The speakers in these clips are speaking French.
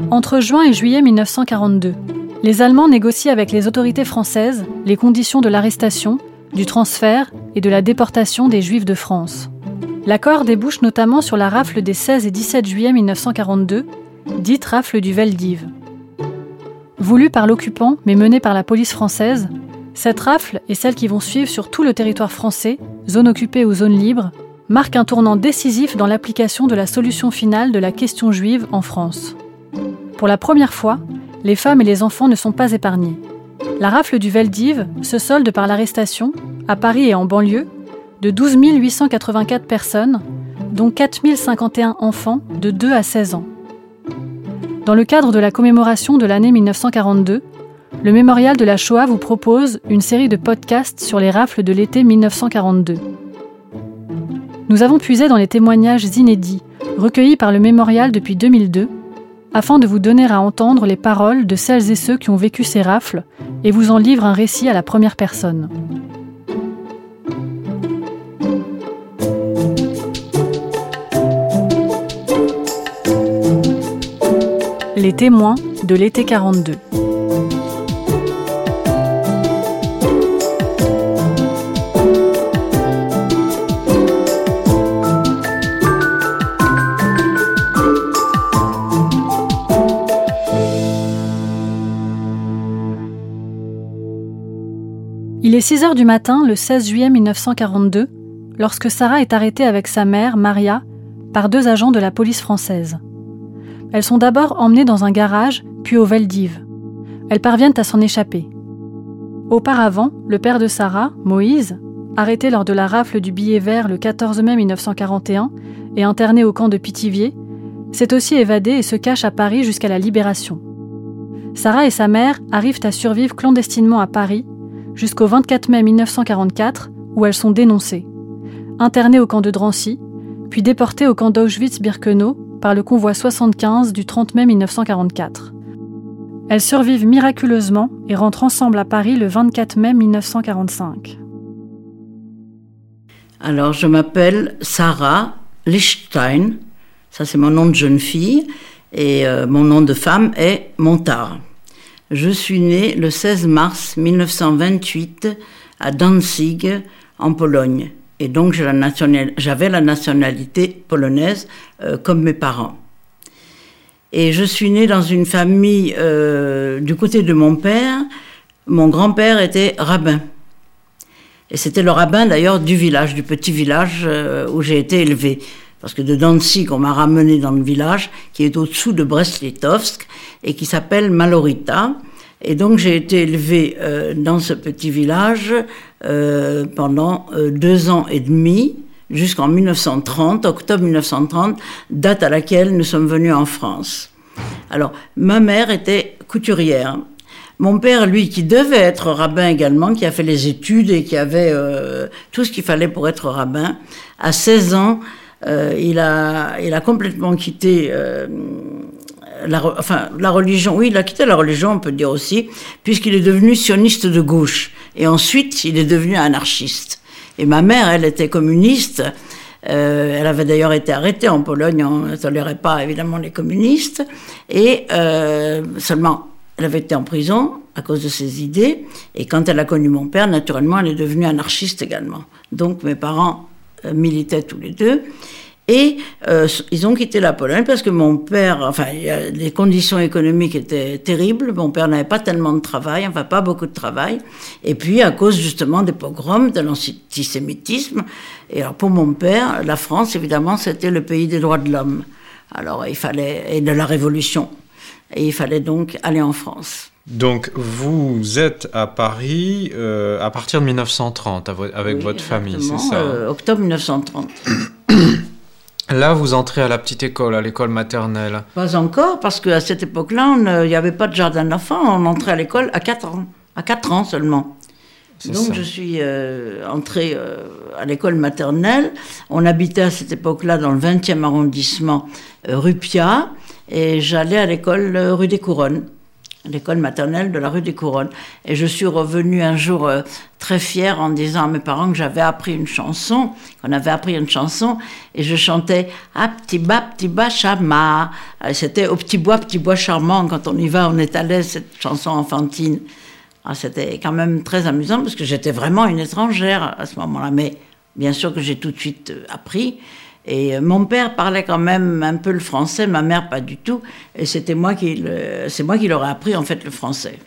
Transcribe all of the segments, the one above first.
Entre juin et juillet 1942, les Allemands négocient avec les autorités françaises les conditions de l'arrestation, du transfert et de la déportation des Juifs de France. L'accord débouche notamment sur la rafle des 16 et 17 juillet 1942, dite rafle du Veldiv. Voulue par l'occupant mais menée par la police française, cette rafle et celles qui vont suivre sur tout le territoire français, zone occupée ou zone libre, marquent un tournant décisif dans l'application de la solution finale de la question juive en France. Pour la première fois, les femmes et les enfants ne sont pas épargnés. La rafle du Veldiv se solde par l'arrestation, à Paris et en banlieue, de 12 884 personnes, dont 4 051 enfants de 2 à 16 ans. Dans le cadre de la commémoration de l'année 1942, le Mémorial de la Shoah vous propose une série de podcasts sur les rafles de l'été 1942. Nous avons puisé dans les témoignages inédits, recueillis par le Mémorial depuis 2002, afin de vous donner à entendre les paroles de celles et ceux qui ont vécu ces rafles et vous en livre un récit à la première personne. Les témoins de l'été 42. Il est 6 heures du matin, le 16 juillet 1942, lorsque Sarah est arrêtée avec sa mère, Maria, par 2 agents de la police française. Elles sont d'abord emmenées dans un garage, puis au Veldiv. Elles parviennent à s'en échapper. Auparavant, le père de Sarah, Moïse, arrêté lors de la rafle du billet vert le 14 mai 1941 et interné au camp de Pithiviers, s'est aussi évadé et se cache à Paris jusqu'à la Libération. Sarah et sa mère arrivent à survivre clandestinement à Paris jusqu'au 24 mai 1944, où elles sont dénoncées, internées au camp de Drancy, puis déportées au camp d'Auschwitz-Birkenau par le convoi 75 du 30 mai 1944. Elles survivent miraculeusement et rentrent ensemble à Paris le 24 mai 1945. Alors, je m'appelle Sarah Lichtstein, ça c'est mon nom de jeune fille, et mon nom de femme est Montard. Je suis née le 16 mars 1928 à Danzig, en Pologne. Et donc, j'avais la nationalité polonaise comme mes parents. Et je suis née dans une famille du côté de mon père. Mon grand-père était rabbin. Et c'était le rabbin d'ailleurs du village, du petit village où j'ai été élevée. Parce que de Danzig, on m'a ramenée dans le village qui est au-dessous de Brest-Litovsk et qui s'appelle Malorita. Et donc j'ai été élevée dans ce petit village pendant 2 ans et demi, jusqu'en 1930, octobre 1930, date à laquelle nous sommes venus en France. Alors, ma mère était couturière. Mon père, lui, qui devait être rabbin également, qui a fait les études et qui avait tout ce qu'il fallait pour être rabbin, à 16 ans, il a complètement quitté la religion. Oui, il a quitté la religion, on peut dire aussi, puisqu'il est devenu sioniste de gauche. Et ensuite, il est devenu anarchiste. Et ma mère, elle était communiste. Elle avait d'ailleurs été arrêtée en Pologne. On ne tolérait pas, évidemment, les communistes. Et seulement, elle avait été en prison à cause de ses idées. Et quand elle a connu mon père, naturellement, elle est devenue anarchiste également. Donc, mes parents militaient tous les deux. Et ils ont quitté la Pologne parce que mon père, les conditions économiques étaient terribles. Mon père n'avait pas tellement de travail, pas beaucoup de travail. Et puis, à cause justement des pogroms, de l'antisémitisme. Et alors, pour mon père, la France, évidemment, c'était le pays des droits de l'homme. Alors, et de la Révolution. Et il fallait donc aller en France. Donc, vous êtes à Paris à partir de 1930 avec votre famille, c'est ça octobre 1930. Là, vous entrez à la petite école, à l'école maternelle. Pas encore, parce qu'à cette époque-là, il n'y avait pas de jardin d'enfants. On entrait à l'école à 4 ans. À 4 ans seulement. Donc, je suis entrée à l'école maternelle. On habitait à cette époque-là dans le 20e arrondissement, rue Piat. Et j'allais à l'école rue des Couronnes. l'école maternelle de la rue des Couronnes. Et je suis revenue un jour très fière en disant à mes parents que j'avais appris une chanson, qu'on avait appris une chanson, et je chantais « Ah, petit bas, chama ». C'était « Au petit bois charmant ». Quand on y va, on est à l'aise, cette chanson enfantine. Alors, c'était quand même très amusant parce que j'étais vraiment une étrangère à ce moment-là. Mais bien sûr que j'ai tout de suite appris. Et mon père parlait quand même un peu le français, ma mère pas du tout. Et c'est moi qui leur ai appris en fait le français.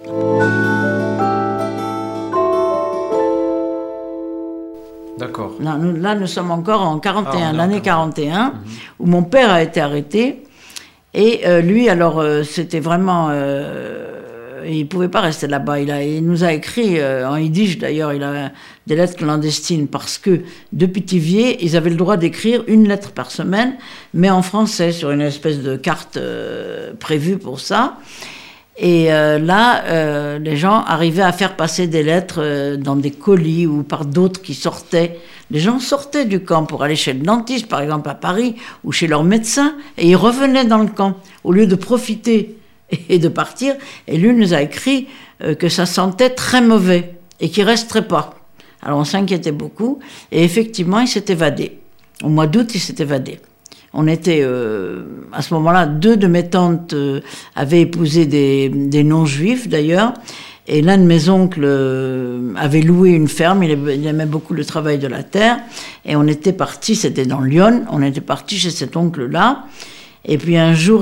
D'accord. Là, nous sommes encore en 41, l'année 41, où mon père a été arrêté. Et lui, alors, c'était vraiment... il ne pouvait pas rester là-bas. Il nous a écrit, en yiddish d'ailleurs, il a des lettres clandestines, parce que depuis Pithiviers, ils avaient le droit d'écrire une lettre par semaine, mais en français, sur une espèce de carte prévue pour ça. Et là, les gens arrivaient à faire passer des lettres dans des colis ou par d'autres qui sortaient. Les gens sortaient du camp pour aller chez le dentiste, par exemple à Paris, ou chez leur médecin, et ils revenaient dans le camp, au lieu de profiter et de partir. Et lui nous a écrit que ça sentait très mauvais et qu'il ne resterait pas. Alors on s'inquiétait beaucoup, et effectivement, il s'est évadé. Au mois d'août, il s'est évadé. On était, à ce moment-là, 2 de mes tantes avaient épousé des non-juifs d'ailleurs, et l'un de mes oncles avait loué une ferme, il aimait beaucoup le travail de la terre, et on était partis, c'était dans Lyon, on était partis chez cet oncle-là, et puis un jour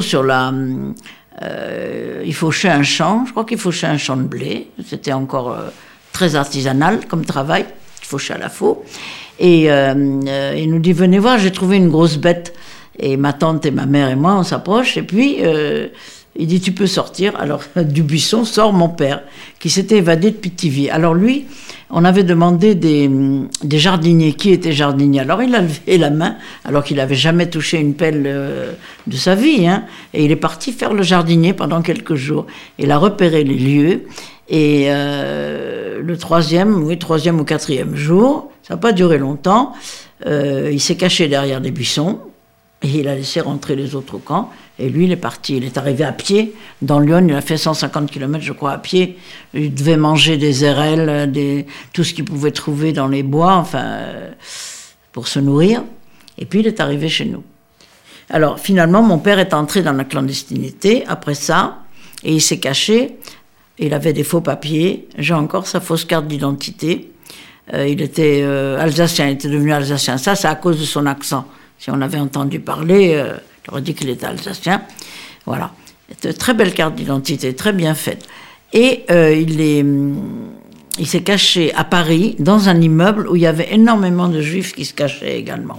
il fauchait un champ, je crois qu'il fauchait un champ de blé, c'était encore très artisanal comme travail, il fauchait à la faux, et il nous dit « Venez voir, j'ai trouvé une grosse bête ». Et ma tante et ma mère et moi, on s'approche, et puis il dit « Tu peux sortir ». Alors du buisson sort mon père, qui s'était évadé de Pithiviers. Alors lui, on avait demandé des jardiniers, qui étaient jardiniers. Alors il a levé la main, alors qu'il n'avait jamais touché une pelle de sa vie, hein, et il est parti faire le jardinier pendant quelques jours. Il a repéré les lieux, et le troisième ou 4e jour, ça n'a pas duré longtemps, il s'est caché derrière des buissons, et il a laissé rentrer les autres au camp. Et lui, il est parti. Il est arrivé à pied. Dans Lyon, il a fait 150 km, je crois, à pied. Il devait manger des érelles, tout ce qu'il pouvait trouver dans les bois, enfin, pour se nourrir. Et puis, il est arrivé chez nous. Alors, finalement, mon père est entré dans la clandestinité, après ça, et il s'est caché. Il avait des faux papiers. J'ai encore sa fausse carte d'identité. Il était alsacien, il était devenu alsacien. Ça, c'est à cause de son accent. Si on avait entendu parler, j'aurais dit qu'il était alsacien. Voilà. C'était une très belle carte d'identité, très bien faite. Et il s'est caché à Paris, dans un immeuble où il y avait énormément de juifs qui se cachaient également.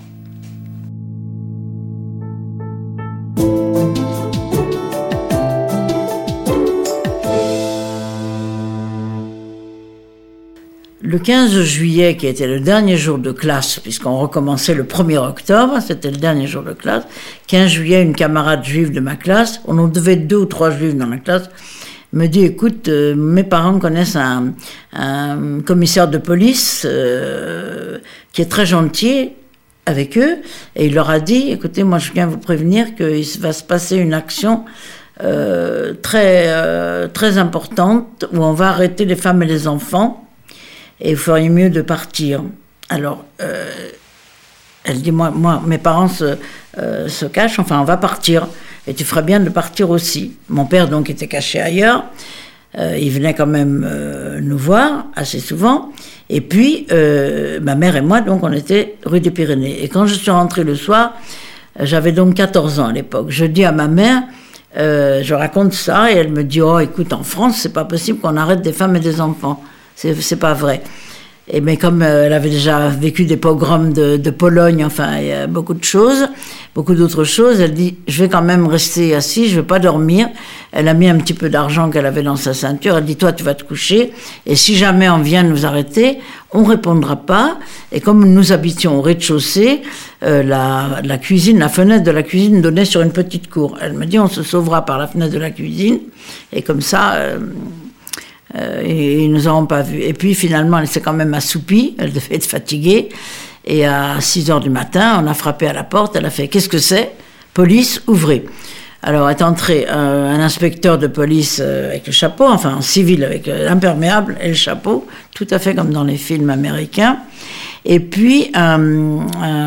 Le 15 juillet, qui était le dernier jour de classe, puisqu'on recommençait le 1er octobre, c'était le dernier jour de classe, 15 juillet, une camarade juive de ma classe, on en devait 2 ou 3 juifs dans la classe, me dit, écoute, mes parents connaissent un commissaire de police qui est très gentil avec eux, et il leur a dit, écoutez, moi je viens vous prévenir qu'il va se passer une action très importante, où on va arrêter les femmes et les enfants, et il ferait mieux de partir. Alors, elle dit, moi mes parents se cachent, enfin, on va partir. Et tu ferais bien de partir aussi. Mon père, donc, était caché ailleurs. Il venait quand même nous voir assez souvent. Et puis, ma mère et moi, donc, on était rue des Pyrénées. Et quand je suis rentrée le soir, j'avais donc 14 ans à l'époque. Je dis à ma mère, je raconte ça, et elle me dit, oh, écoute, en France, c'est pas possible qu'on arrête des femmes et des enfants. C'est pas vrai. Mais comme elle avait déjà vécu des pogroms de Pologne, enfin, il y a beaucoup de choses, beaucoup d'autres choses, elle dit, je vais quand même rester assise, je vais pas dormir. Elle a mis un petit peu d'argent qu'elle avait dans sa ceinture, elle dit, toi, tu vas te coucher, et si jamais on vient nous arrêter, on répondra pas. Et comme nous habitions au rez-de-chaussée, la cuisine, la fenêtre de la cuisine donnait sur une petite cour. Elle me dit, on se sauvera par la fenêtre de la cuisine, et comme ça... et ils ne nous auront pas vus. Et puis finalement, elle s'est quand même assoupie, elle devait être fatiguée, et à 6h du matin, on a frappé à la porte, elle a fait « Qu'est-ce que c'est ? Police, ouvrez !» Alors est entré un inspecteur de police avec le chapeau, enfin en civil avec l'imperméable et le chapeau, tout à fait comme dans les films américains. Et puis un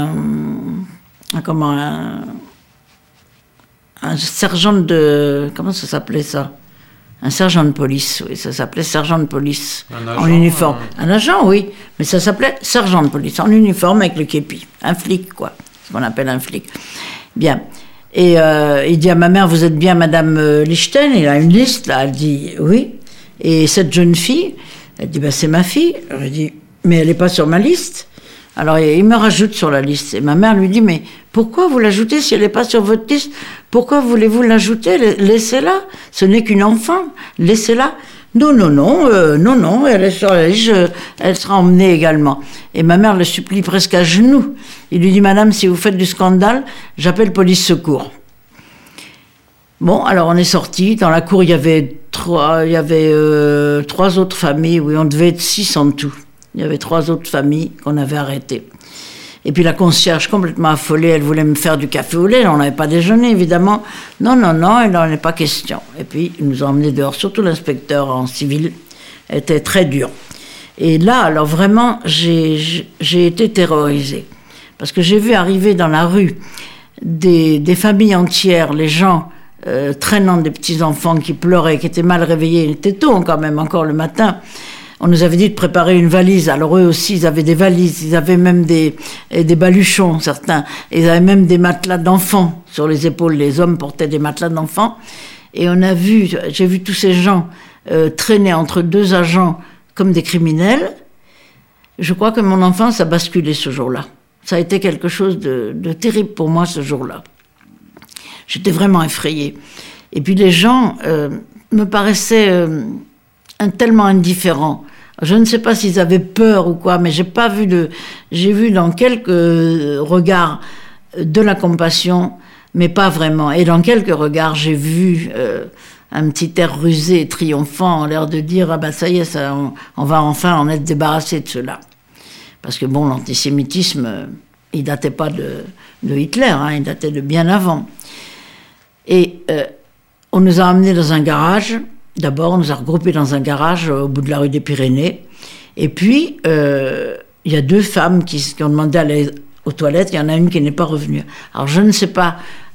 sergent de... Comment ça s'appelait ça ? Un sergent de police, oui, ça s'appelait sergent de police en uniforme. Un agent, oui, mais ça s'appelait sergent de police en uniforme avec le képi. Un flic, quoi, ce qu'on appelle un flic. Bien. Et il dit à ma mère, vous êtes bien Madame Lichten ? Il a une liste, là, elle dit oui. Et cette jeune fille, elle dit, c'est ma fille. Alors, il dit, mais elle n'est pas sur ma liste. Alors il me rajoute sur la liste. Et ma mère lui dit, mais pourquoi vous l'ajoutez si elle n'est pas sur votre liste ? Pourquoi voulez-vous l'ajouter ? Laissez-la, ce n'est qu'une enfant, laissez-la. Non, elle est sur la liste, elle sera emmenée également. Et ma mère le supplie presque à genoux. Il lui dit, madame, si vous faites du scandale, j'appelle police secours. Bon, alors on est sortis. Dans la cour, il y avait trois autres familles. Oui, on devait être 6 en tout. Il y avait 3 autres familles qu'on avait arrêtées. Et puis la concierge, complètement affolée, elle voulait me faire du café au lait. On n'avait pas déjeuné, évidemment. Non, il n'en est pas question. Et puis, ils nous ont emmenés dehors, surtout l'inspecteur en civil, était très dur. Et là, alors vraiment, j'ai été terrorisée. Parce que j'ai vu arriver dans la rue des familles entières, les gens traînant des petits-enfants qui pleuraient, qui étaient mal réveillés. Il était tôt quand même, encore le matin. On nous avait dit de préparer une valise. Alors eux aussi, ils avaient des valises. Ils avaient même des baluchons, certains. Ils avaient même des matelas d'enfants sur les épaules. Les hommes portaient des matelas d'enfants. Et j'ai vu tous ces gens traîner entre 2 agents comme des criminels. Je crois que mon enfance a basculé ce jour-là. Ça a été quelque chose de terrible pour moi ce jour-là. J'étais vraiment effrayée. Et puis les gens me paraissaient tellement indifférents. Je ne sais pas s'ils avaient peur ou quoi, mais j'ai vu dans quelques regards de la compassion, mais pas vraiment. Et dans quelques regards, j'ai vu un petit air rusé et triomphant, l'air de dire, ça y est, on va enfin en être débarrassé de cela. Parce que bon, l'antisémitisme, il datait pas de Hitler, il datait de bien avant. Et on nous a emmenés dans un garage. D'abord, on nous a regroupés dans un garage au bout de la rue des Pyrénées. Et puis, il y a 2 femmes qui ont demandé à aller aux toilettes. Il y en a une qui n'est pas revenue. Alors, je ne sais pas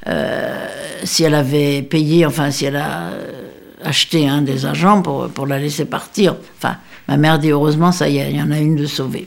si elle avait payé, enfin, si elle a acheté des agents pour la laisser partir. Enfin, ma mère dit, heureusement, ça y est, il y en a une de sauvée.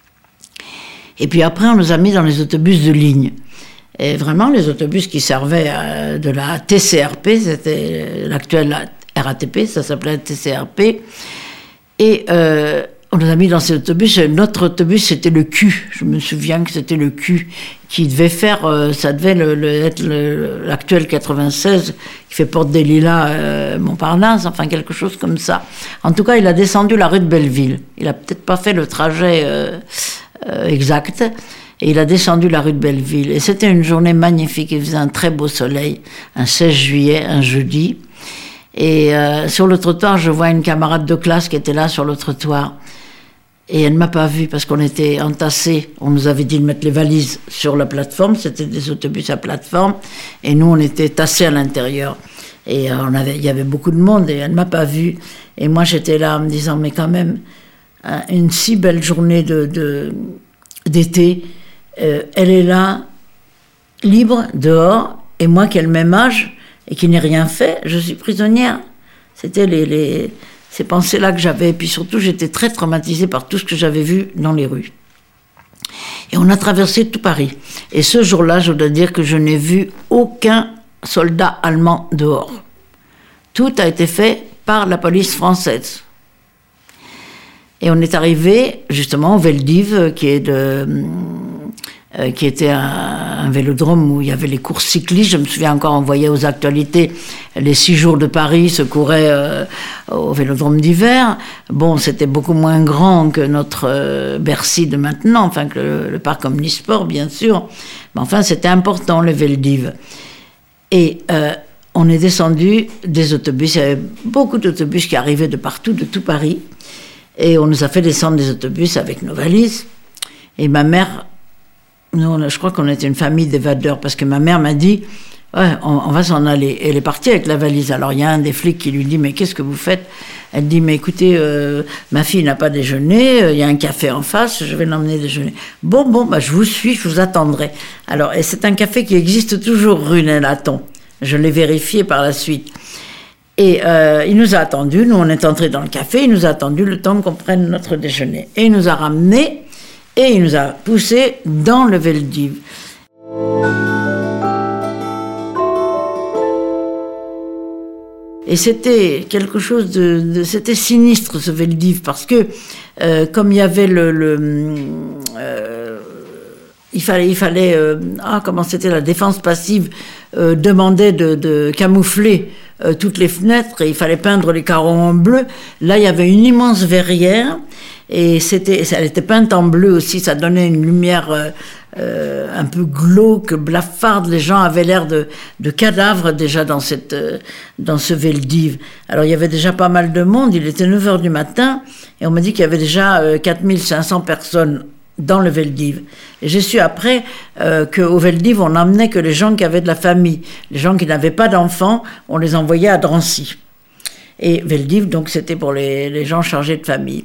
Et puis après, on nous a mis dans les autobus de ligne. Et vraiment, les autobus qui servaient de la TCRP, c'était l'actuelle RATP, ça s'appelait TCRP. Et on nous a mis dans ces autobus. Notre autobus, c'était le Q. Je me souviens que c'était le Q qui devait faire, ça devait être l'actuel 96, qui fait Porte des Lilas, Montparnasse, enfin quelque chose comme ça. En tout cas, il a descendu la rue de Belleville. Il a peut-être pas fait le trajet exact. Et il a descendu la rue de Belleville. Et c'était une journée magnifique. Il faisait un très beau soleil, un 16 juillet, un jeudi. Et sur le trottoir, je vois une camarade de classe qui était là sur le trottoir. Et elle ne m'a pas vue parce qu'on était entassés. On nous avait dit de mettre les valises sur la plateforme. C'était des autobus à plateforme. Et nous, on était tassés à l'intérieur. Et il y avait beaucoup de monde et elle ne m'a pas vue. Et moi, j'étais là en me disant, mais quand même, une si belle journée d'été, elle est là, libre, dehors. Et moi, qui ai le même âge et qui n'ai rien fait, je suis prisonnière. C'était ces pensées-là que j'avais. Et puis surtout, j'étais très traumatisée par tout ce que j'avais vu dans les rues. Et on a traversé tout Paris. Et ce jour-là, je dois dire que je n'ai vu aucun soldat allemand dehors. Tout a été fait par la police française. Et on est arrivé justement au Veldiv, qui était un vélodrome où il y avait les courses cyclistes. Je me souviens encore, on voyait aux actualités les 6 jours de Paris se couraient au vélodrome d'hiver. Bon, c'était beaucoup moins grand que notre Bercy de maintenant, enfin que le parc Omnisport, bien sûr. Mais enfin, c'était important, le Veldiv. Et on est descendu des autobus. Il y avait beaucoup d'autobus qui arrivaient de partout, de tout Paris. Et on nous a fait descendre des autobus avec nos valises. Et ma mère... je crois qu'on était une famille d'évadeurs, parce que ma mère m'a dit, Ouais, on va s'en aller. Et elle est partie avec la valise. Alors il y a un des flics qui lui dit, mais qu'est-ce que vous faites? Elle dit, mais écoutez, ma fille n'a pas déjeuné, il y a un café en face, je vais l'emmener déjeuner. Bon, bah, je vous suis, je vous attendrai. Alors, et c'est un café qui existe toujours rue Nélaton. Je l'ai vérifié par la suite. Et il nous a attendus, nous on est entrés dans le café, il nous a attendu le temps qu'on prenne notre déjeuner. Et il nous a ramenés et il nous a poussés dans le Veldiv. Et c'était quelque chose c'était sinistre ce Veldiv parce que comme il y avait il fallait comment c'était la défense passive demandait de camoufler toutes les fenêtres et il fallait peindre les carreaux en bleu. Là il y avait une immense verrière et elle était peinte en bleu aussi, ça donnait une lumière un peu glauque, blafarde. Les gens avaient l'air de cadavres déjà dans ce Veldiv. Alors il y avait déjà pas mal de monde, il était 9h du matin et on m'a dit qu'il y avait déjà 4500 personnes dans le Veldiv. Et j'ai su après qu'au Veldiv, on n'emmenait que les gens qui avaient de la famille. Les gens qui n'avaient pas d'enfants, on les envoyait à Drancy. Et Veldiv, donc, c'était pour les gens chargés de famille.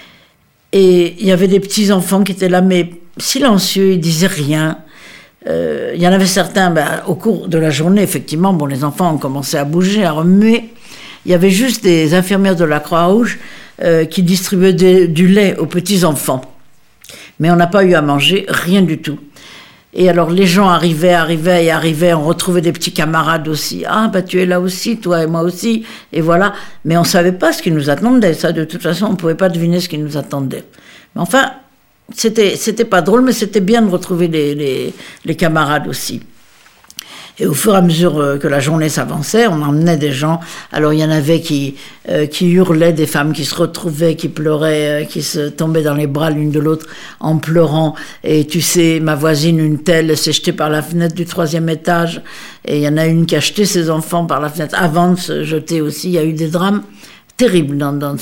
Et il y avait des petits-enfants qui étaient là, mais silencieux, ils disaient rien. Il y en avait certains, au cours de la journée, effectivement, les enfants ont commencé à bouger, à remuer. Il y avait juste des infirmières de la Croix-Rouge qui distribuaient du lait aux petits-enfants. Mais on n'a pas eu à manger, rien du tout. Et alors les gens arrivaient, on retrouvait des petits camarades aussi. Ah, tu es là aussi, toi et moi aussi, et voilà. Mais on ne savait pas ce qui nous attendait, ça, de toute façon, on ne pouvait pas deviner ce qui nous attendait. Mais enfin, c'était pas drôle, mais c'était bien de retrouver les camarades aussi. Et au fur et à mesure que la journée s'avançait, on emmenait des gens. Alors il y en avait qui hurlaient, des femmes qui se retrouvaient, qui pleuraient, qui se tombaient dans les bras l'une de l'autre en pleurant. Et tu sais, ma voisine, une telle, s'est jetée par la fenêtre du 3e étage. Et il y en a une qui a jeté ses enfants par la fenêtre avant de se jeter aussi. Il y a eu des drames terribles dans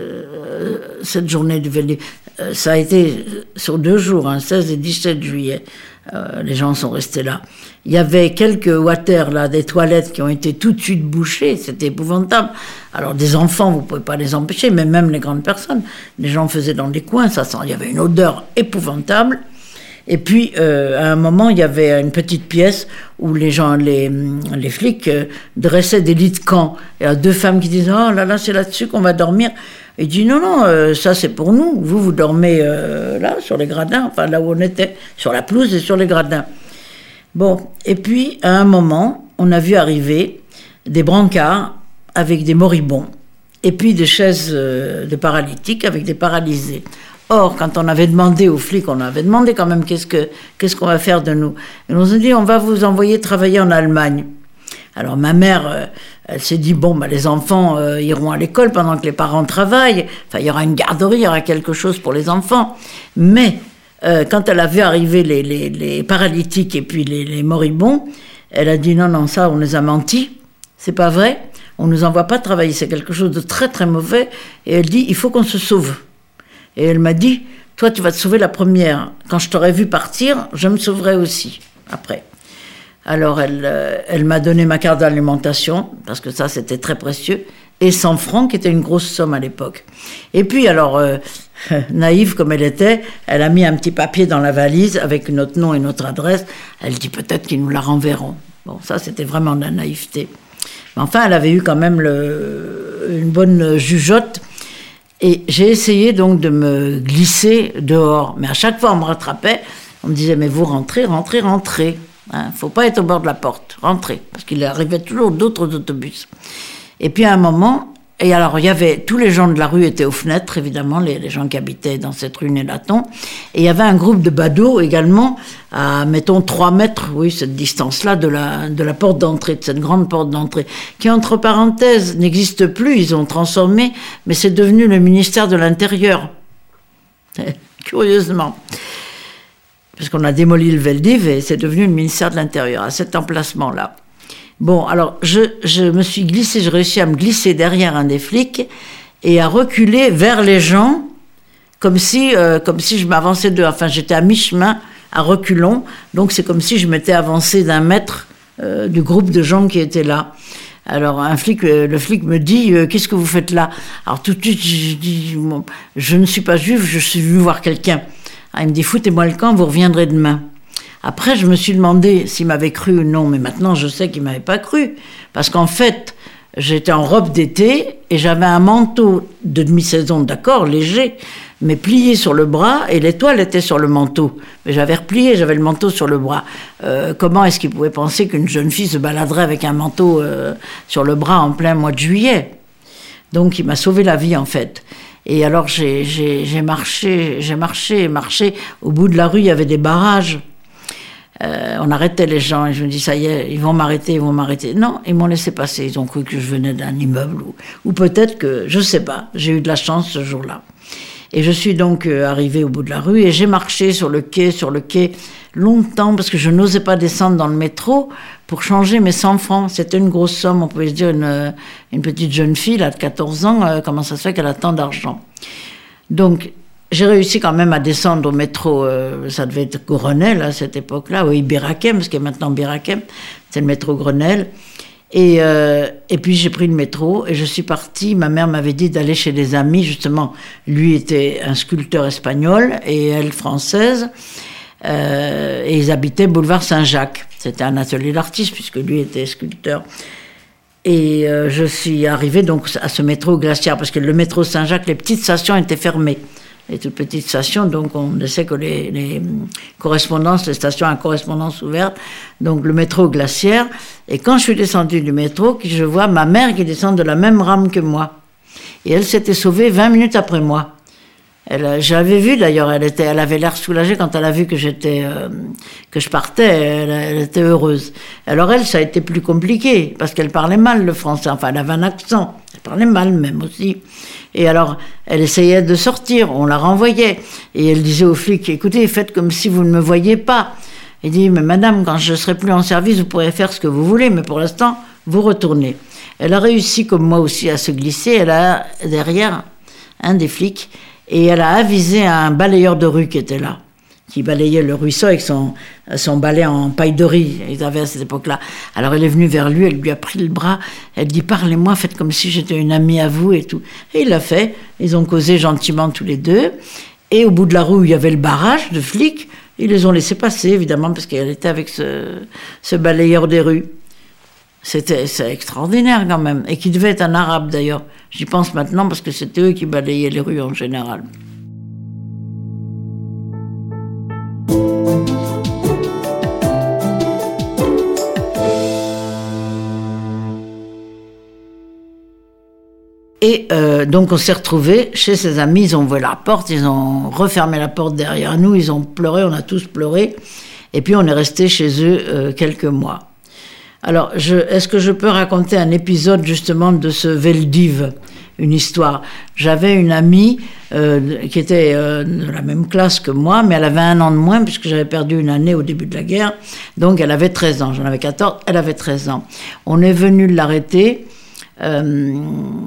cette journée du Veldiv. Ça a été sur 2 jours, 16 et 17 juillet. Les gens sont restés là. Il y avait quelques water, là, des toilettes qui ont été tout de suite bouchées. C'était épouvantable. Alors, des enfants, vous ne pouvez pas les empêcher, mais même les grandes personnes. Les gens faisaient dans des coins, il y avait une odeur épouvantable. Et puis, à un moment, il y avait une petite pièce où les flics dressaient des lits de camp. Il y a 2 femmes qui disaient « Oh là là, c'est là-dessus qu'on va dormir ». Il dit non, ça c'est pour nous. Vous dormez là, sur les gradins, enfin là où on était, sur la pelouse et sur les gradins. Bon, et puis à un moment, on a vu arriver des brancards avec des moribonds, et puis des chaises de paralytiques avec des paralysés. Or, quand on avait demandé aux flics, on avait demandé quand même qu'est-ce qu'on va faire de nous. Ils nous ont dit, on va vous envoyer travailler en Allemagne. Alors ma mère, elle s'est dit, les enfants iront à l'école pendant que les parents travaillent. Enfin, il y aura une garderie, il y aura quelque chose pour les enfants. Mais quand elle a vu arriver les paralytiques et puis les moribonds, elle a dit, non, ça, on les a menti. C'est pas vrai. On ne nous envoie pas travailler. C'est quelque chose de très, très mauvais. Et elle dit, il faut qu'on se sauve. Et elle m'a dit, toi, tu vas te sauver la première. Quand je t'aurai vu partir, je me sauverai aussi, après. Alors, elle m'a donné ma carte d'alimentation, parce que ça, c'était très précieux, et 100 francs, qui était une grosse somme à l'époque. Et puis, alors, naïve comme elle était, elle a mis un petit papier dans la valise avec notre nom et notre adresse. Elle dit peut-être qu'ils nous la renverront. Bon, ça, c'était vraiment de la naïveté. Mais enfin, elle avait eu quand même une bonne jugeote. Et j'ai essayé donc de me glisser dehors. Mais à chaque fois, on me rattrapait. On me disait, mais vous rentrez. Faut pas être au bord de la porte. Rentrez. Parce qu'il arrivait toujours d'autres autobus. Et puis à un moment, et alors il y avait, tous les gens de la rue étaient aux fenêtres, évidemment, les gens qui habitaient dans cette rue Nélaton. Et il y avait un groupe de badauds également, à, mettons, 3 mètres, oui, cette distance-là, de la porte d'entrée, de cette grande porte d'entrée, qui, entre parenthèses, n'existe plus, ils ont transformé, mais c'est devenu le ministère de l'Intérieur. Curieusement. Parce qu'on a démoli le Veldiv et c'est devenu le ministère de l'Intérieur, à cet emplacement-là. Bon, alors, je me suis glissée, j'ai réussi à me glisser derrière un des flics et à reculer vers les gens, comme si je m'avançais d'eux. Enfin, j'étais à mi-chemin, à reculons, donc c'est comme si je m'étais avancée d'1 mètre du groupe de gens qui étaient là. Alors le flic me dit qu'est-ce que vous faites là? Alors tout de suite je dis je ne suis pas juif, je suis venu voir quelqu'un. Alors, il me dit foutez-moi le camp, vous reviendrez demain. Après je me suis demandé s'il m'avait cru ou non, mais maintenant je sais qu'il m'avait pas cru parce qu'en fait j'étais en robe d'été et j'avais un manteau de demi-saison, d'accord, léger, mais plié sur le bras et l'étoile était sur le manteau. Mais j'avais replié, j'avais le manteau sur le bras. Comment est-ce qu'il pouvait penser qu'une jeune fille se baladerait avec un manteau sur le bras en plein mois de juillet? Donc il m'a sauvé la vie en fait. Et alors j'ai marché. Au bout de la rue, il y avait des barrages. On arrêtait les gens et je me dis ça y est, ils vont m'arrêter. Non, ils m'ont laissé passer. Ils ont cru que je venais d'un immeuble ou peut-être que, je sais pas, j'ai eu de la chance ce jour-là. Et je suis donc arrivée au bout de la rue et j'ai marché sur le quai longtemps parce que je n'osais pas descendre dans le métro pour changer mes 100 francs. C'était une grosse somme, on pouvait se dire une petite jeune fille là, de 14 ans, comment ça se fait qu'elle a tant d'argent? Donc j'ai réussi quand même à descendre au métro, ça devait être Grenelle à cette époque-là, oui, Birakem, ce qui est maintenant Birakem, c'est le métro Grenelle. Et puis j'ai pris le métro et je suis partie. Ma mère m'avait dit d'aller chez des amis, justement. Lui était un sculpteur espagnol et elle française. Et ils habitaient boulevard Saint-Jacques. C'était un atelier d'artiste puisque lui était sculpteur. Et je suis arrivée donc à ce métro glaciaire parce que le métro Saint-Jacques, les petites stations étaient fermées. Les toutes petites stations, donc on sait que les correspondances, les stations à correspondance ouverte, donc le métro glaciaire. Et quand je suis descendue du métro, je vois ma mère qui descend de la même rame que moi. Et elle s'était sauvée 20 minutes après moi. J'avais vu d'ailleurs, elle avait l'air soulagée quand elle a vu que je partais, elle était heureuse. Alors elle, ça a été plus compliqué, parce qu'elle parlait mal le français, enfin elle avait un accent, elle parlait mal même aussi. Et alors, elle essayait de sortir, on la renvoyait. Et elle disait aux flics, écoutez, faites comme si vous ne me voyiez pas. Il dit, mais madame, quand je ne serai plus en service, vous pourrez faire ce que vous voulez, mais pour l'instant, vous retournez. Elle a réussi, comme moi aussi, à se glisser. Elle a derrière un des flics, et elle a avisé un balayeur de rue qui était là, qui balayait le ruisseau avec son balai en paille de riz, ils avaient à cette époque-là. Alors elle est venue vers lui, elle lui a pris le bras, elle dit « Parlez-moi, faites comme si j'étais une amie à vous » et tout. Et il l'a fait, ils ont causé gentiment tous les deux, et au bout de la rue où il y avait le barrage de flics, ils les ont laissés passer, évidemment, parce qu'elle était avec ce balayeur des rues. C'est extraordinaire quand même, et qui devait être un arabe d'ailleurs. J'y pense maintenant parce que c'était eux qui balayaient les rues en général. Et donc on s'est retrouvés chez ses amis, ils ont ouvert la porte, ils ont refermé la porte derrière nous, ils ont pleuré, on a tous pleuré, et puis on est resté chez eux quelques mois. Alors, est-ce que je peux raconter un épisode justement de ce Veldiv, une histoire? J'avais une amie qui était de la même classe que moi, mais elle avait 1 an de moins puisque j'avais perdu une année au début de la guerre, donc elle avait 13 ans. J'en avais 14, elle avait 13 ans. On est venu l'arrêter le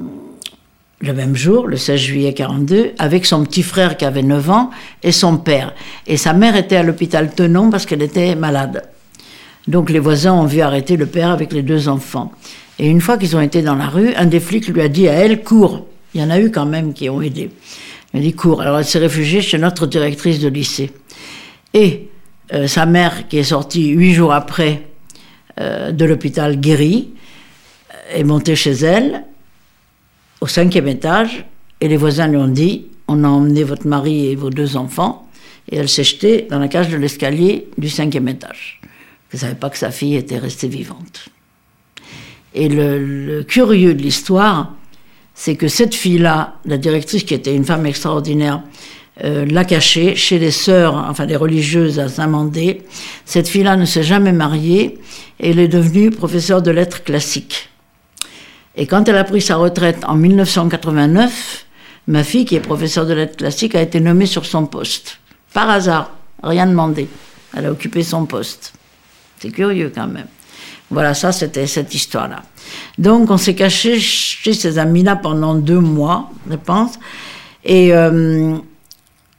même jour, le 16 juillet 1942, avec son petit frère qui avait 9 ans et son père. Et sa mère était à l'hôpital Tenon parce qu'elle était malade. Donc les voisins ont vu arrêter le père avec les 2 enfants. Et une fois qu'ils ont été dans la rue, un des flics lui a dit à elle, cours. Il y en a eu quand même qui ont aidé. Il a dit, cours. Alors elle s'est réfugiée chez notre directrice de lycée. Et sa mère, qui est sortie 8 jours après de l'hôpital guérie, est montée chez elle, au 5e étage, et les voisins lui ont dit, on a emmené votre mari et vos 2 enfants, et elle s'est jetée dans la cage de l'escalier du 5e étage. Elle ne savait pas que sa fille était restée vivante. Et le curieux de l'histoire, c'est que cette fille-là, la directrice qui était une femme extraordinaire, l'a cachée chez les sœurs, enfin les religieuses à Saint-Mandé. Cette fille-là ne s'est jamais mariée et elle est devenue professeure de lettres classiques. Et quand elle a pris sa retraite en 1989, ma fille, qui est professeure de lettres classiques, a été nommée sur son poste. Par hasard, rien demandé. Elle a occupé son poste. C'est curieux quand même. Voilà, ça c'était cette histoire-là. Donc on s'est caché chez ces amis-là pendant 2 mois, je pense. Et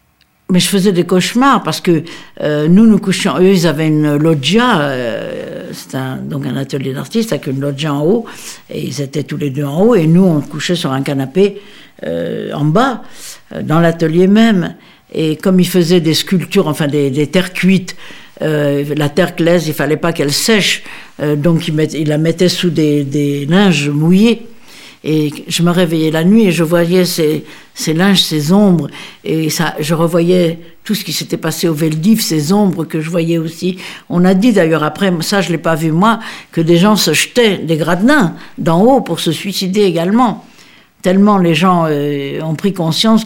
mais je faisais des cauchemars parce que nous couchions. Eux, ils avaient une loggia c'est donc un atelier d'artistes avec une loggia en haut, et ils étaient tous les deux en haut, et nous, on couchait sur un canapé en bas, dans l'atelier même. Et comme ils faisaient des sculptures, enfin des terres cuites, la terre glaise, il fallait pas qu'elle sèche, donc il la mettait sous des linges mouillés. Et je me réveillais la nuit et je voyais ces linges, ces ombres, et ça, je revoyais tout ce qui s'était passé au Veldiv, ces ombres que je voyais aussi. On a dit d'ailleurs après, ça je l'ai pas vu moi, que des gens se jetaient des gradins d'en haut pour se suicider également. Tellement les gens ont pris conscience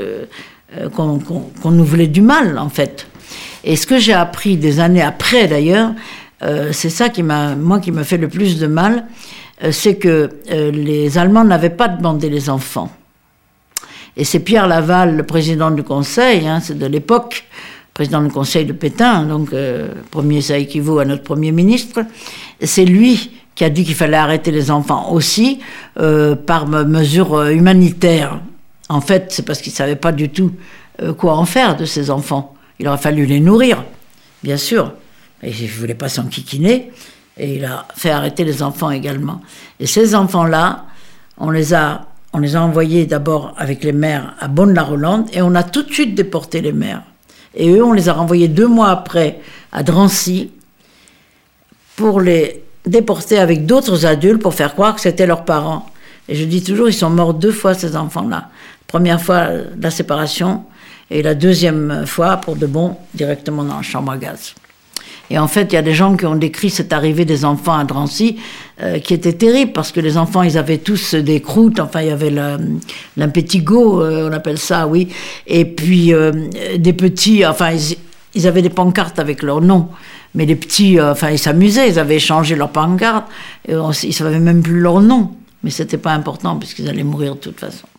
qu'on nous voulait du mal en fait. Et ce que j'ai appris des années après d'ailleurs, c'est ça qui m'a fait le plus de mal. C'est que les Allemands n'avaient pas demandé les enfants. Et c'est Pierre Laval, le président du Conseil, c'est de l'époque, président du Conseil de Pétain, donc premier, ça équivaut à notre Premier ministre, c'est lui qui a dit qu'il fallait arrêter les enfants aussi par mesure humanitaire. En fait, c'est parce qu'il ne savait pas du tout quoi en faire de ces enfants. Il aurait fallu les nourrir, bien sûr. Et il ne voulait pas s'enquiquiner. Et il a fait arrêter les enfants également. Et ces enfants-là, on les a envoyés d'abord avec les mères à Bonne-la-Rolande, et on a tout de suite déporté les mères. Et eux, on les a renvoyés 2 mois après à Drancy pour les déporter avec d'autres adultes pour faire croire que c'était leurs parents. Et je dis toujours, ils sont morts 2 fois, ces enfants-là. Première fois, la séparation, et la deuxième fois, pour de bon, directement dans la chambre à gaz. Et en fait, il y a des gens qui ont décrit cette arrivée des enfants à Drancy qui était terrible, parce que les enfants, ils avaient tous des croûtes, enfin, il y avait l'impétigo, on appelle ça, oui, et puis des petits, enfin, ils avaient des pancartes avec leur nom, mais les petits, enfin, ils s'amusaient, ils avaient échangé leurs pancartes, et ils ne savaient même plus leur nom, mais ce n'était pas important, puisqu'ils allaient mourir de toute façon.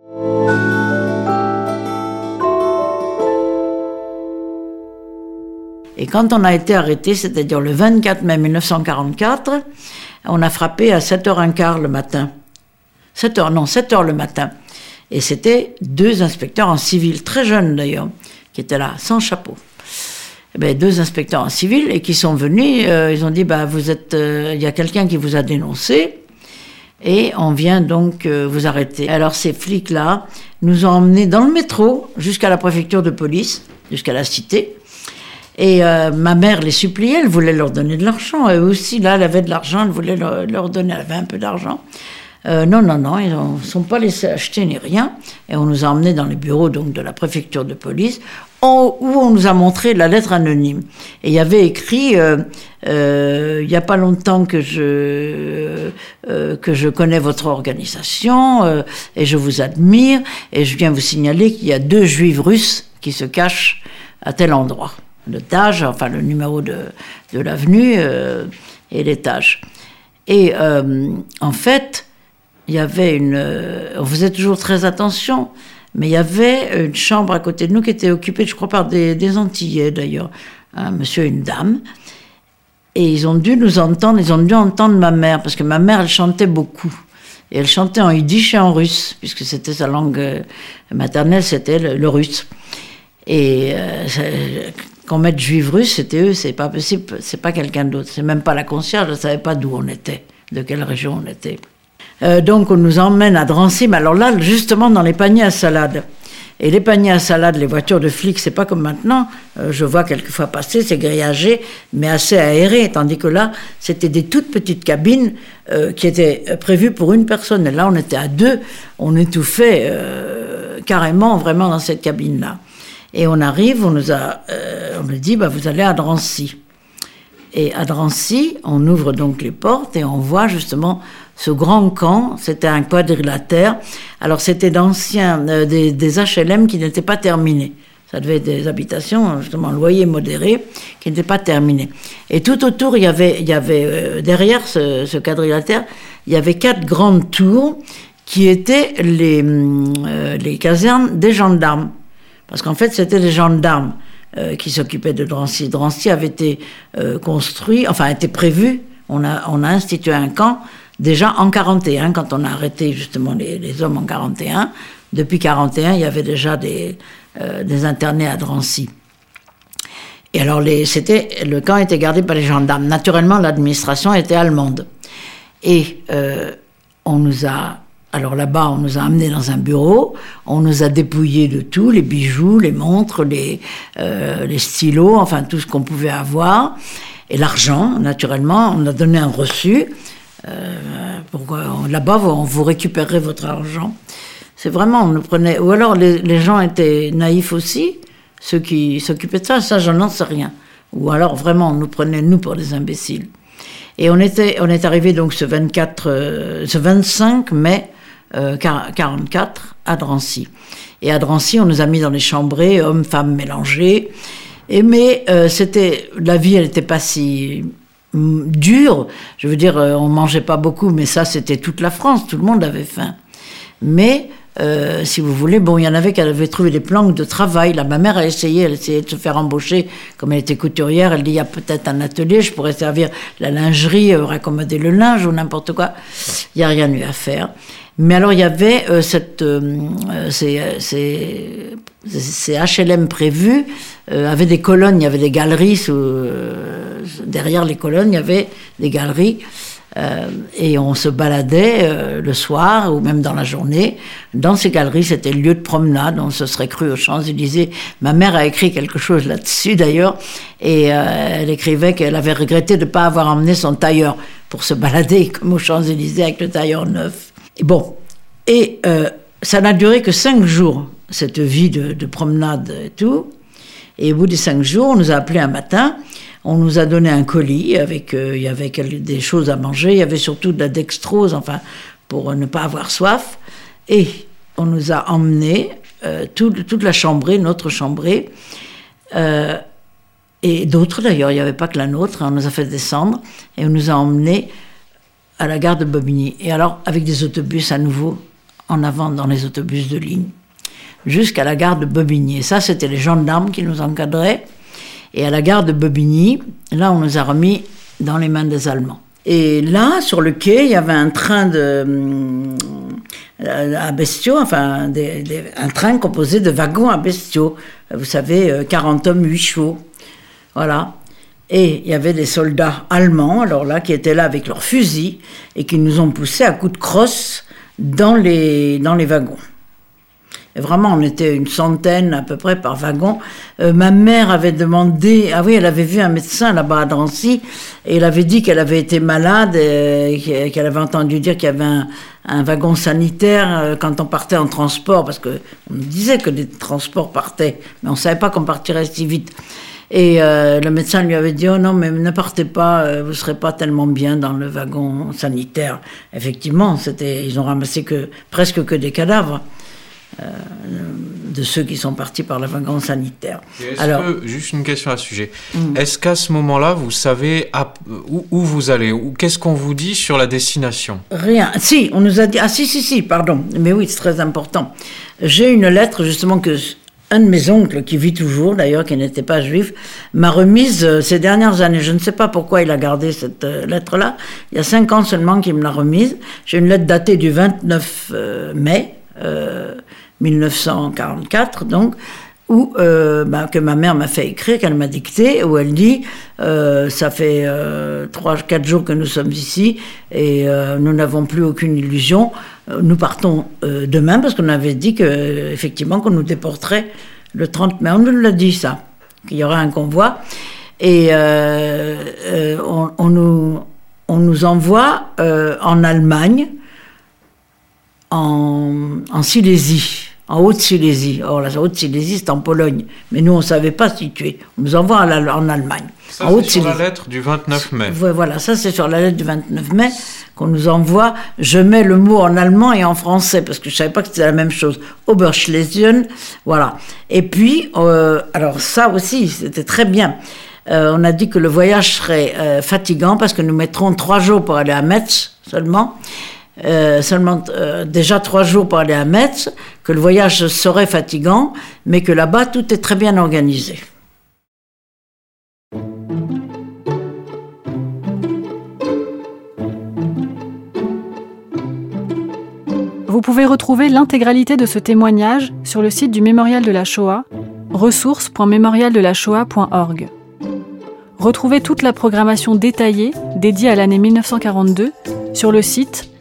Et quand on a été arrêté, c'est-à-dire le 24 mai 1944, on a frappé à 7h15 le matin. 7h le matin. Et c'était 2 inspecteurs en civil, très jeunes d'ailleurs, qui étaient là, sans chapeau. Et bien, 2 inspecteurs en civil, et qui sont venus, ils ont dit, il y a quelqu'un qui vous a dénoncé, et on vient donc vous arrêter. Alors ces flics-là nous ont emmenés dans le métro jusqu'à la préfecture de police, jusqu'à la cité. Et ma mère les suppliait, elle voulait leur donner de l'argent. Et aussi, là, elle avait de l'argent, elle voulait leur donner, elle avait un peu d'argent. Non, ils ne sont pas laissés acheter ni rien. Et on nous a emmenés dans les bureaux donc, de la préfecture de police, où on nous a montré la lettre anonyme. Et il y avait écrit, il n'y a pas longtemps que je connais votre organisation, et je vous admire, et je viens vous signaler qu'il y a 2 juifs russes qui se cachent à tel endroit. L'étage, enfin le numéro de l'avenue et l'étage. Et en fait, il y avait on faisait toujours très attention, mais il y avait une chambre à côté de nous qui était occupée, je crois, par des Antillais d'ailleurs, un monsieur et une dame. Et ils ont dû nous entendre, ils ont dû entendre ma mère, parce que ma mère, elle chantait beaucoup. Et elle chantait en yiddish et en russe, puisque c'était sa langue maternelle, c'était le russe. Et qu'on mette juif russe, c'était eux, c'est pas possible, c'est pas quelqu'un d'autre. C'est même pas la concierge, je ne savais pas d'où on était, de quelle région on était. Donc on nous emmène à Drancy, mais alors là, justement dans les paniers à salade. Et les paniers à salade, les voitures de flics, c'est pas comme maintenant, je vois quelquefois passer, c'est grillagé, mais assez aéré, tandis que là, c'était des toutes petites cabines qui étaient prévues pour une personne. Et là, on était à 2, on étouffait carrément, vraiment dans cette cabine-là. Et on arrive, on nous dit, vous allez à Drancy. Et à Drancy, on ouvre donc les portes et on voit justement ce grand camp, c'était un quadrilatère. Alors c'était d'anciens, des HLM qui n'étaient pas terminés. Ça devait être des habitations, justement, loyer modéré, qui n'étaient pas terminées. Et tout autour, il y avait derrière ce quadrilatère, il y avait 4 grandes tours qui étaient les casernes des gendarmes. Parce qu'en fait, c'était les gendarmes qui s'occupaient de Drancy. Drancy avait été été prévu. On a institué un camp déjà en 41, quand on a arrêté justement les hommes en 41. Depuis 41, il y avait déjà des internés à Drancy. Et alors, le camp était gardé par les gendarmes. Naturellement, l'administration était allemande. Et alors là-bas, on nous a amenés dans un bureau, on nous a dépouillés de tout, les bijoux, les montres, les stylos, enfin tout ce qu'on pouvait avoir. Et l'argent, naturellement, on a donné un reçu. Là-bas, vous récupérerez votre argent. C'est vraiment, on nous prenait... Ou alors, les gens étaient naïfs aussi, ceux qui s'occupaient de ça, j'en sais rien. Ou alors, vraiment, on nous prenait, nous, pour des imbéciles. Et on est arrivé donc ce 25 mai 44 à Drancy. Et à Drancy, on nous a mis dans les chambrées, hommes, femmes mélangés. Mais la vie, elle n'était pas si dure. Je veux dire, on mangeait pas beaucoup, mais ça, c'était toute la France. Tout le monde avait faim. Mais, si vous voulez, il y en avait qui avaient trouvé des plans de travail. Là, ma mère elle essayait de se faire embaucher. Comme elle était couturière, elle dit, il y a peut-être un atelier, je pourrais servir la lingerie, raccommoder le linge ou n'importe quoi. Il n'y a rien eu à faire. Mais alors, il y avait ces HLM prévus, avaient des colonnes, il y avait des galeries. Derrière les colonnes, il y avait des galeries. Et on se baladait le soir ou même dans la journée. Dans ces galeries, c'était le lieu de promenade. On se serait cru aux Champs-Élysées. Ma mère a écrit quelque chose là-dessus d'ailleurs. Et elle écrivait qu'elle avait regretté de ne pas avoir emmené son tailleur pour se balader comme aux Champs-Élysées avec le tailleur neuf. Et ça n'a duré que 5 jours, cette vie de promenade et tout. Et au bout des 5 jours, on nous a appelés un matin, on nous a donné un colis avec, il y avait des choses à manger, il y avait surtout de la dextrose, enfin, pour ne pas avoir soif. Et on nous a emmenés, toute la chambrée, notre chambrée, et d'autres d'ailleurs, il n'y avait pas que la nôtre, on nous a fait descendre, et on nous a emmenés à la gare de Bobigny. Et alors, avec des autobus à nouveau, en avant dans les autobus de ligne, jusqu'à la gare de Bobigny. Et ça, c'était les gendarmes qui nous encadraient. Et à la gare de Bobigny, là, on nous a remis dans les mains des Allemands. Et là, sur le quai, il y avait un train à bestiaux, enfin, un train composé de wagons à bestiaux. Vous savez, 40 hommes, 8 chevaux. Voilà. Et il y avait des soldats allemands, alors là, qui étaient là avec leurs fusils et qui nous ont poussés à coups de crosse dans les wagons. Et vraiment, on était une centaine à peu près par wagon. Ma mère avait demandé... Ah oui, elle avait vu un médecin là-bas à Drancy et elle avait dit qu'elle avait été malade et qu'elle avait entendu dire qu'il y avait un wagon sanitaire quand on partait en transport, parce qu'on disait que des transports partaient, mais on ne savait pas qu'on partirait si vite. Et le médecin lui avait dit « Oh non, mais ne partez pas, vous ne serez pas tellement bien dans le wagon sanitaire. » Effectivement, ils ont ramassé presque que des cadavres de ceux qui sont partis par le wagon sanitaire. Juste une question à ce sujet. Est-ce qu'à ce moment-là, vous savez où vous allez, ou qu'est-ce qu'on vous dit sur la destination? Rien. Si, on nous a dit... Ah si, pardon. Mais oui, c'est très important. J'ai une lettre justement que... Un de mes oncles, qui vit toujours d'ailleurs, qui n'était pas juif, m'a remise ces dernières années. Je ne sais pas pourquoi il a gardé cette lettre-là. Il y a 5 ans seulement qu'il me l'a remise. J'ai une lettre datée du 29 mai 1944, donc, que ma mère m'a fait écrire, qu'elle m'a dictée, où elle dit ça fait 3-4 jours que nous sommes ici et nous n'avons plus aucune illusion. Nous partons demain parce qu'on avait dit effectivement qu'on nous déporterait le 30 mai. On nous l'a dit ça, qu'il y aurait un convoi. Et on nous envoie en Allemagne, en Silésie. En Haute-Silésie. Or, la Haute-Silésie, c'est en Pologne. Mais nous, on ne savait pas situer. On nous envoie en Allemagne. Ça, c'est sur la lettre du 29 mai. Voilà, ça, c'est sur la lettre du 29 mai qu'on nous envoie. Je mets le mot en allemand et en français, parce que je ne savais pas que c'était la même chose. Oberschlesien, voilà. Et puis, alors ça aussi, c'était très bien. On a dit que le voyage serait fatigant, parce que nous mettrons 3 jours pour aller à Metz seulement. Déjà 3 jours pour aller à Metz, que le voyage serait fatigant, mais que là-bas, tout est très bien organisé. Vous pouvez retrouver l'intégralité de ce témoignage sur le site du Mémorial de la Shoah, ressources.mémorialdelashoah.org. Retrouvez toute la programmation détaillée dédiée à l'année 1942 sur le site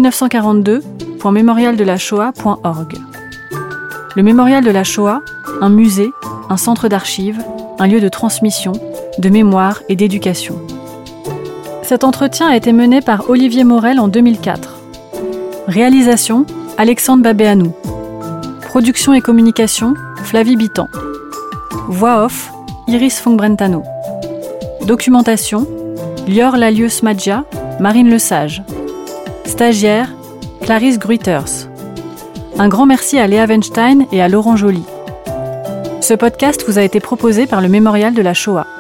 1942.memorialdelashoah.org. Le Mémorial de la Shoah, un musée, un centre d'archives, un lieu de transmission, de mémoire et d'éducation. Cet entretien a été mené par Olivier Morel en 2004. Réalisation, Alexandre Babéanou. Production et communication, Flavie Bitan. Voix off, Iris Fongbrentano. Documentation, Lior Lalieu-Smadja, Marine Lesage. Stagiaire, Clarisse Gruiters. Un grand merci à Léa Weinstein et à Laurent Joly. Ce podcast vous a été proposé par le Mémorial de la Shoah.